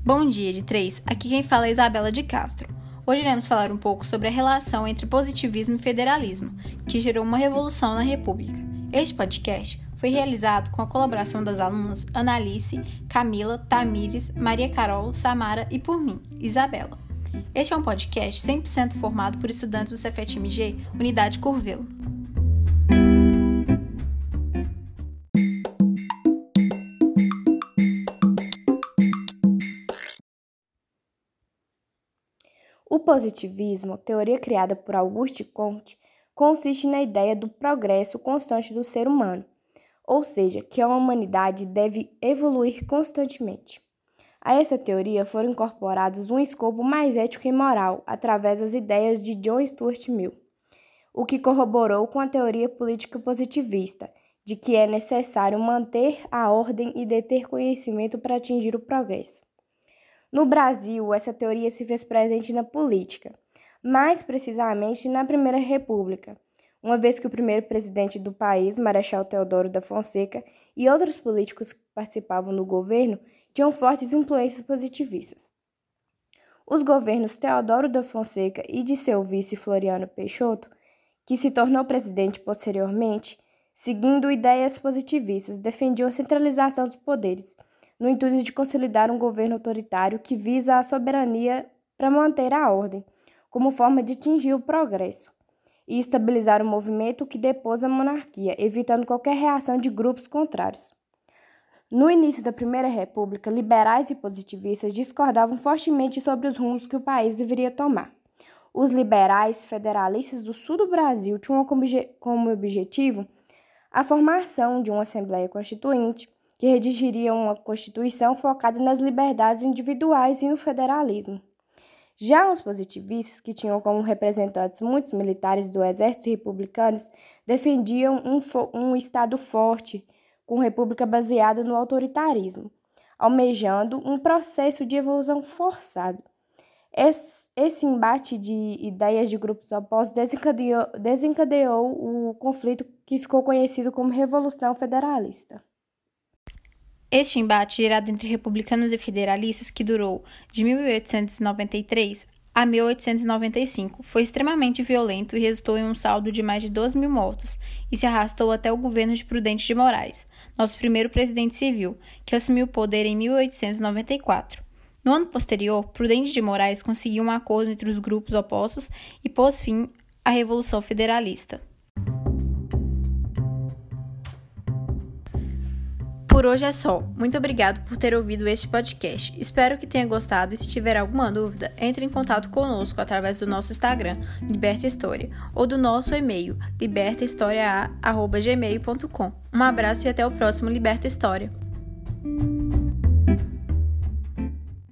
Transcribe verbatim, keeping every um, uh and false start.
Bom dia, de três. Aqui quem fala é Isabela de Castro. Hoje iremos falar um pouco sobre a relação entre positivismo e federalismo, que gerou uma revolução na República. Este podcast foi realizado com a colaboração das alunas Analice, Camila, Tamires, Maria Carol, Samara e por mim, Isabela. Este é um podcast cem por cento formado por estudantes do Cefet M G, Unidade Curvelo. O positivismo, teoria criada por Auguste Comte, consiste na ideia do progresso constante do ser humano, ou seja, que a humanidade deve evoluir constantemente. A essa teoria foram incorporados um escopo mais ético e moral através das ideias de John Stuart Mill, o que corroborou com a teoria política positivista, de que é necessário manter a ordem e deter conhecimento para atingir o progresso. No Brasil, essa teoria se fez presente na política, mais precisamente na Primeira República, uma vez que o primeiro presidente do país, Marechal Deodoro da Fonseca, e outros políticos que participavam do governo tinham fortes influências positivistas. Os governos Deodoro da Fonseca e de seu vice Floriano Peixoto, que se tornou presidente posteriormente, seguindo ideias positivistas, defendiam a centralização dos poderes, no intuito de consolidar um governo autoritário que visa a soberania para manter a ordem, como forma de atingir o progresso, e estabilizar o movimento que depôs a monarquia, evitando qualquer reação de grupos contrários. No início da Primeira República, liberais e positivistas discordavam fortemente sobre os rumos que o país deveria tomar. Os liberais federalistas do sul do Brasil tinham como objetivo a formação de uma Assembleia Constituinte, que redigiria uma Constituição focada nas liberdades individuais e no federalismo. Já os positivistas, que tinham como representantes muitos militares do exército republicanos, defendiam um, fo- um Estado forte, com república baseada no autoritarismo, almejando um processo de evolução forçado. Esse, esse embate de ideias de grupos opostos desencadeou, desencadeou o conflito que ficou conhecido como Revolução Federalista. Este embate, gerado entre republicanos e federalistas, que durou de mil oitocentos e noventa e três a mil oitocentos e noventa e cinco, foi extremamente violento e resultou em um saldo de mais de doze mil mortos e se arrastou até o governo de Prudente de Moraes, nosso primeiro presidente civil, que assumiu o poder em mil oitocentos e noventa e quatro. No ano posterior, Prudente de Moraes conseguiu um acordo entre os grupos opostos e pôs fim à Revolução Federalista. Por hoje é só. Muito obrigado por ter ouvido este podcast. Espero que tenha gostado e se tiver alguma dúvida, entre em contato conosco através do nosso Instagram, Liberta História, ou do nosso e-mail, liberta historia a arroba gmail ponto com. Um abraço e até o próximo Liberta História.